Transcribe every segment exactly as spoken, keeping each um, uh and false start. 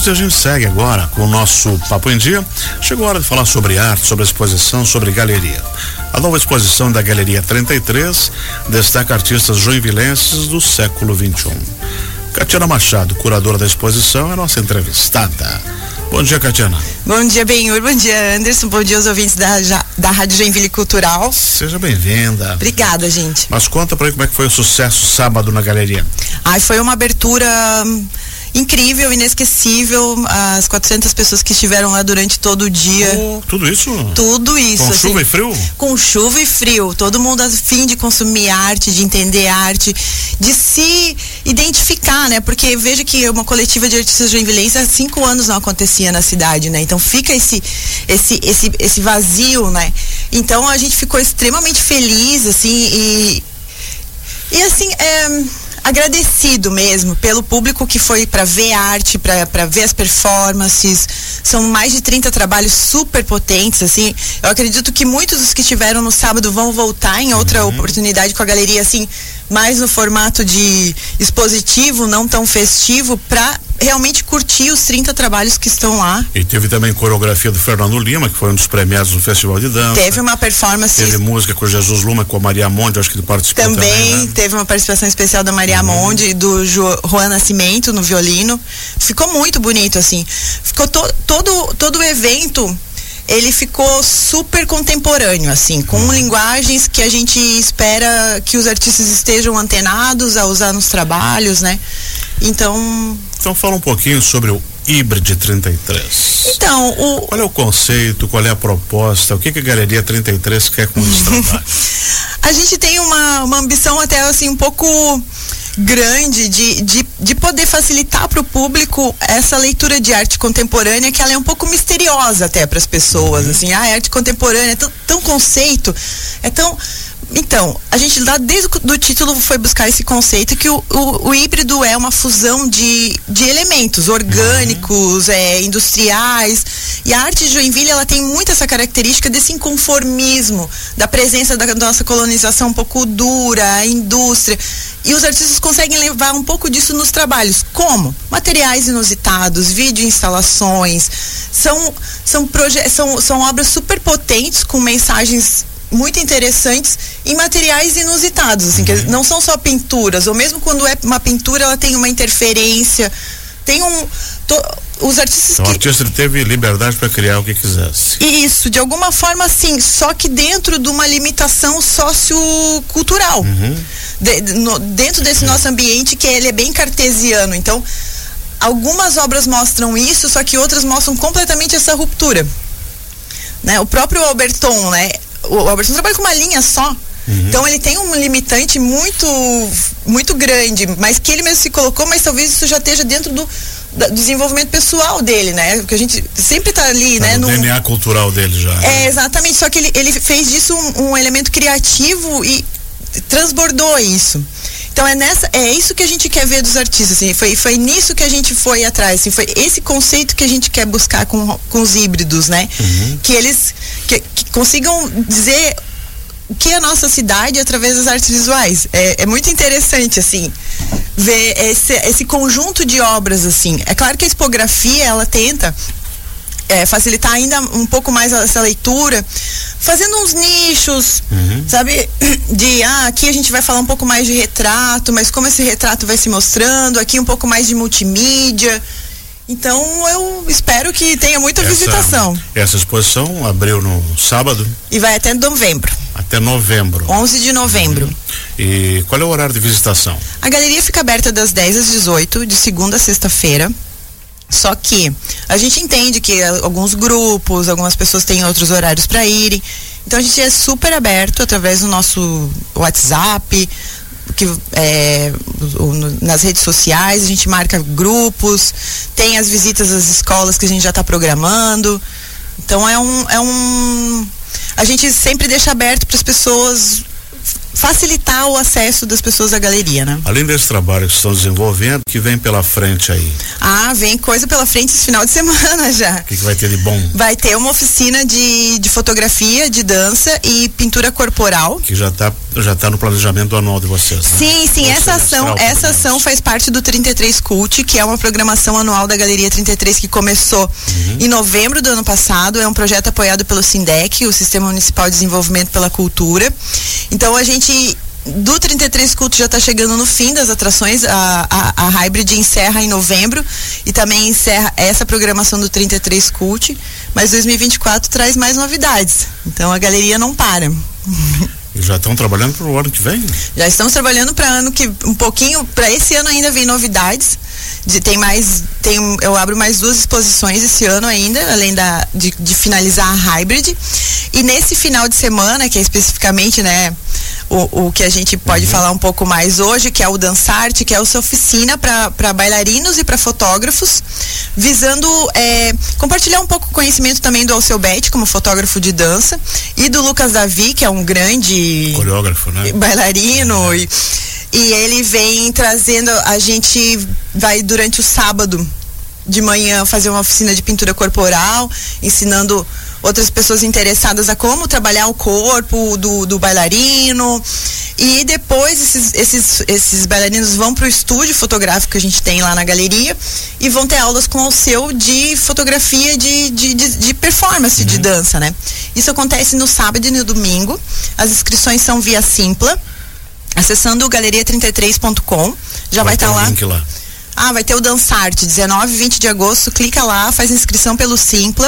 e a gente segue agora com o nosso Papo em Dia. Chegou a hora de falar sobre arte, sobre exposição, sobre galeria. A nova exposição da Galeria trinta e três destaca artistas joinvilenses do século vinte e um. Catiana Machado, curadora da exposição, é nossa entrevistada. Bom dia, Catiana. Bom dia, Benhur. Bom dia, Anderson. Bom dia aos ouvintes da, da Rádio Joinville Cultural. Seja bem-vinda. Obrigada, gente. Mas conta pra aí como é que foi o sucesso sábado na galeria. Ai, foi uma abertura incrível, inesquecível. As quatrocentas pessoas que estiveram lá durante todo o dia. Oh, tudo isso? Tudo isso. Com assim, chuva e frio? Com chuva e frio. Todo mundo a fim de consumir arte, de entender arte, de se identificar, né? Porque veja que uma coletiva de artistas joinvilenses há cinco anos não acontecia na cidade, né? Então fica esse, esse, esse, esse vazio, né? Então a gente ficou extremamente feliz, assim, e, e assim, é... agradecido mesmo pelo público que foi para ver arte, para ver as performances. São mais de trinta trabalhos super potentes, assim. Eu acredito que muitos dos que estiveram no sábado vão voltar em outra uhum. oportunidade com a galeria, assim, mais no formato de expositivo, não tão festivo, para realmente curtir os trinta trabalhos que estão lá. E teve também coreografia do Fernando Lima, que foi um dos premiados do Festival de Dança. Teve uma performance. Teve música com Jesus Luma, com a Maria Monde, acho que ele participou também. Também, né? Teve uma participação especial da Maria uhum. Monde e do jo, Juan Nascimento no violino. Ficou muito bonito, assim. Ficou to, todo, todo o evento, ele ficou super contemporâneo, assim, com uhum. linguagens que a gente espera que os artistas estejam antenados a usar nos trabalhos, né? Então... Então fala um pouquinho sobre o Hybrid trinta e três. Então, o... Qual é o conceito, qual é a proposta, o que que a Galeria trinta e três quer com esse trabalho? A gente tem uma, uma ambição até, assim, um pouco grande de, de, de poder facilitar para o público essa leitura de arte contemporânea, que ela é um pouco misteriosa até para as pessoas, uhum. assim, ah, a arte contemporânea é tão, tão conceito, é tão... Então, a gente lá desde o do título foi buscar esse conceito que o, o, o híbrido é uma fusão de, de elementos orgânicos, uhum. é, industriais, e a arte de Joinville, ela tem muito essa característica desse inconformismo, da presença da nossa colonização um pouco dura, a indústria, e os artistas conseguem levar um pouco disso nos trabalhos. Como? Materiais inusitados, vídeo instalações, são, são, proje- são, são obras super potentes com mensagens muito interessantes em materiais inusitados, assim, uhum. que não são só pinturas, ou mesmo quando é uma pintura, ela tem uma interferência, tem um... To, os artistas então, que... o artista teve liberdade para criar o que quisesse. Isso, de alguma forma sim, só que dentro de uma limitação sociocultural. Uhum. De, no, dentro desse sim. nosso ambiente, que ele é bem cartesiano. Então, algumas obras mostram isso, só que outras mostram completamente essa ruptura. Né? O próprio Alberton, né? O Alberton trabalha com uma linha só. Uhum. Então ele tem um limitante muito muito grande, mas que ele mesmo se colocou, mas talvez isso já esteja dentro do, do desenvolvimento pessoal dele, né? Porque a gente sempre está ali, tá, né? No D N A cultural dele já. Né? É, exatamente, só que ele, ele fez disso um, um elemento criativo e transbordou isso. Então é nessa, é isso que a gente quer ver dos artistas, assim, foi, foi nisso que a gente foi atrás, assim, foi esse conceito que a gente quer buscar com, com os híbridos, né? Uhum. Que eles que, que consigam dizer o que é a nossa cidade através das artes visuais. É, é muito interessante, assim, ver esse, esse conjunto de obras, assim. É claro que a expografia, ela tenta É, facilitar ainda um pouco mais essa leitura, fazendo uns nichos, uhum. sabe, de, ah, aqui a gente vai falar um pouco mais de retrato, mas como esse retrato vai se mostrando, aqui um pouco mais de multimídia. Então eu espero que tenha muita essa, visitação. Essa exposição abriu no sábado? E vai até novembro. Até novembro. onze de novembro. Uhum. E qual é o horário de visitação? A galeria fica aberta das dez às dezoito, de segunda a sexta-feira. Só que a gente entende que alguns grupos, algumas pessoas têm outros horários para irem. Então a gente é super aberto através do nosso WhatsApp, que, é, nas redes sociais, a gente marca grupos, tem as visitas às escolas que a gente já está programando. Então é um, é um. A gente sempre deixa aberto para as pessoas, facilitar o acesso das pessoas à galeria, né? Além desse trabalho que estão desenvolvendo, o que vem pela frente aí? Ah, vem coisa pela frente esse final de semana já. O que, que vai ter de bom? Vai ter uma oficina de, de fotografia, de dança e pintura corporal. Que já está já está no planejamento anual de vocês, né? Sim, sim, essa ação, essa ação faz parte do trinta e três Cult, que é uma programação anual da Galeria trinta e três que começou uhum. em novembro do ano passado. É um projeto apoiado pelo SINDEC, o Sistema Municipal de Desenvolvimento pela Cultura. Então a gente do trinta e três Cult já está chegando no fim das atrações. A, a, a Hybrid encerra em novembro e também encerra essa programação do trinta e três Cult, mas dois mil e vinte e quatro traz mais novidades, então a galeria não para. E já estão trabalhando para o ano que vem? Já estamos trabalhando para ano que um pouquinho, para esse ano ainda vem novidades. De, tem mais, tem, eu abro mais duas exposições esse ano ainda, além da, de, de finalizar a Hybrid. E nesse final de semana, que é especificamente, né, o, o que a gente pode uhum. falar um pouco mais hoje, que é o Dançarte, que é essa oficina para bailarinos e para fotógrafos, visando é, compartilhar um pouco o conhecimento também do Alceu Betti, como fotógrafo de dança, e do Lucas Davi, que é um grande coreógrafo, né? Bailarino. É. E, e ele vem trazendo, a gente vai durante o sábado de manhã fazer uma oficina de pintura corporal, ensinando outras pessoas interessadas a como trabalhar o corpo do, do bailarino. E depois esses, esses, esses bailarinos vão para o estúdio fotográfico que a gente tem lá na galeria e vão ter aulas com o Alceu de fotografia de, de, de, de performance, uhum. de dança, né? Isso acontece no sábado e no domingo. As inscrições são via Simpla, acessando o galeria trinta e três ponto com. Já vai estar tá lá. lá. Ah, vai ter o Dançarte, dezenove e vinte de agosto. Clica lá, faz inscrição pelo Simpla.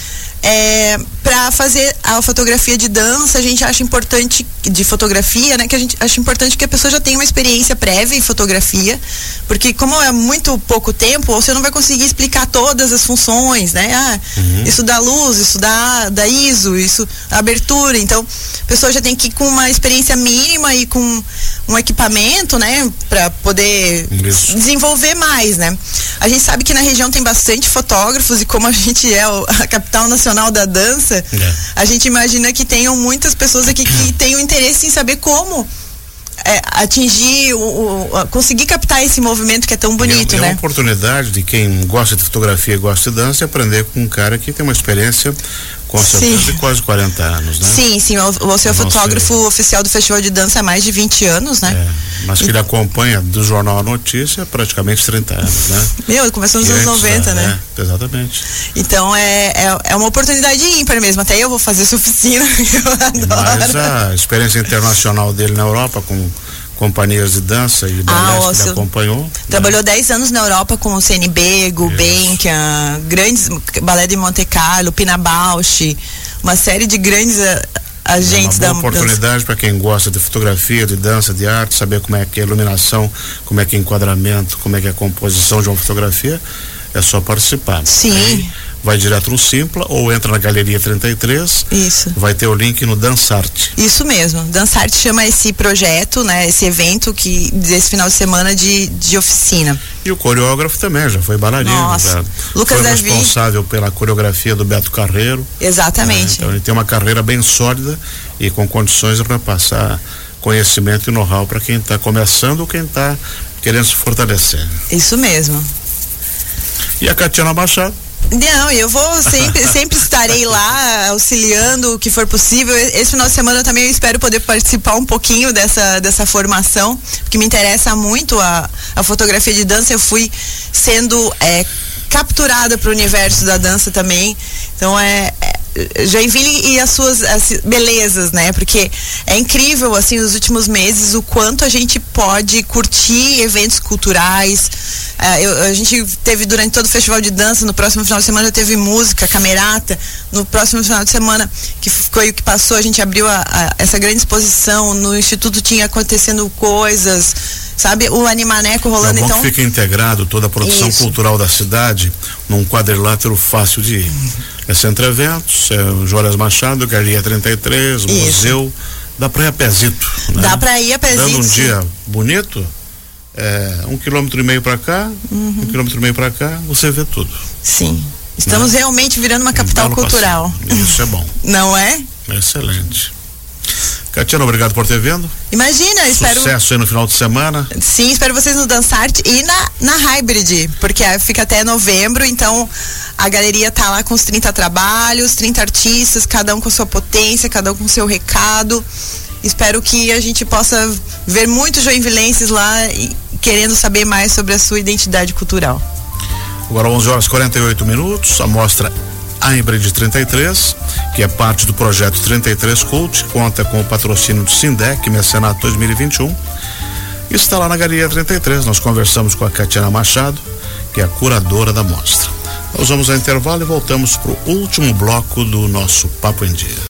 É, para fazer a fotografia de dança, a gente acha importante, de fotografia, né, que a gente acha importante que a pessoa já tenha uma experiência prévia em fotografia, porque como é muito pouco tempo, você não vai conseguir explicar todas as funções, né, ah, uhum. isso dá luz, isso dá, dá I S O, isso dá abertura, então a pessoa já tem que ir com uma experiência mínima e com um equipamento, né, para poder isso. desenvolver mais, né. A gente sabe que na região tem bastante fotógrafos e como a gente é a capital nacional da dança, é. a gente imagina que tenham muitas pessoas aqui que tenham interesse em saber como é, atingir, o, o, conseguir captar esse movimento que é tão bonito, é, é né? É uma oportunidade de quem gosta de fotografia e gosta de dança aprender com um cara que tem uma experiência com certeza de quase quarenta anos, né? Sim, sim, o, o seu fotógrafo sei. oficial do Festival de Dança há mais de vinte anos, né? É, mas que ele acompanha do Jornal A Notícia há praticamente trinta anos, né? Meu, começou nos anos noventa, da, né? É, exatamente. Então é, é, é uma oportunidade ímpar mesmo, até eu vou fazer essa oficina, eu adoro. Mas a experiência internacional dele na Europa com companhias de dança e balé ah, que ele acompanhou. Trabalhou dez né? anos na Europa com o C N B, Gulbenkian, grandes balé de Monte Carlo, Pina Bausch, uma série de grandes uh, agentes da dança. É uma oportunidade para quem gosta de fotografia, de dança, de arte, saber como é que é a iluminação, como é que é enquadramento, como é que é a composição de uma fotografia, é só participar. Sim. Aí, vai direto no Simpla ou entra na Galeria trinta e três. Isso. Vai ter o link no Dançarte. Isso mesmo. Dançarte chama esse projeto, né? Esse evento que desse final de semana de, de oficina. E o coreógrafo também, já foi bailarino. Nossa. Já Lucas foi Davi. responsável pela coreografia do Beto Carreiro. Exatamente. Né? Então ele tem uma carreira bem sólida e com condições para passar conhecimento e know-how para quem está começando ou quem está querendo se fortalecer. Isso mesmo. E a Catiana Machado? Não, eu vou sempre, sempre estarei lá auxiliando o que for possível. Esse final de semana também eu espero poder participar um pouquinho dessa, dessa formação, porque me interessa muito a, a fotografia de dança. Eu fui sendo é, capturada para o universo da dança também. Então é, é Joinville e as suas as belezas, né? Porque é incrível, assim, nos últimos meses o quanto a gente pode curtir eventos culturais. Uh, eu, a gente teve durante todo o festival de dança, no próximo final de semana já teve música, camerata, no próximo final de semana, que foi o que passou, a gente abriu a, a, essa grande exposição, no Instituto tinha acontecendo coisas, sabe, o Animaneco rolando, é bom então... que fica integrado toda a produção Isso. cultural da cidade num quadrilátero fácil de ir. Uhum. É Centro Eventos, é o Joras Machado, Galeria trinta e três, o Isso. museu, dá pra ir a pezito, né? Dá pra ir a pezito. Dando um dia bonito, é, um quilômetro e meio pra cá, uhum. um quilômetro e meio pra cá, você vê tudo. Sim. Estamos né? realmente virando uma capital um cultural. Passeio. Isso é bom. Não é? Excelente. Catiana, obrigado por ter vindo. Imagina, espero... Sucesso aí no final de semana. Sim, espero vocês no Dançarte e na, na Hybrid, porque fica até novembro, então a galeria tá lá com os trinta trabalhos, trinta artistas, cada um com sua potência, cada um com seu recado. espero que a gente possa ver muitos joinvilenses lá e, querendo saber mais sobre a sua identidade cultural. Agora onze horas e quarenta e oito minutos, a mostra Hybrid trinta e três, que é parte do projeto trinta e três Cult, conta com o patrocínio do Sindec, Mecenato dois mil e vinte e um, está lá na Galeria trinta e três. Nós conversamos com a Catiana Machado, que é a curadora da mostra. Nós vamos ao intervalo e voltamos para o último bloco do nosso Papo em Dia.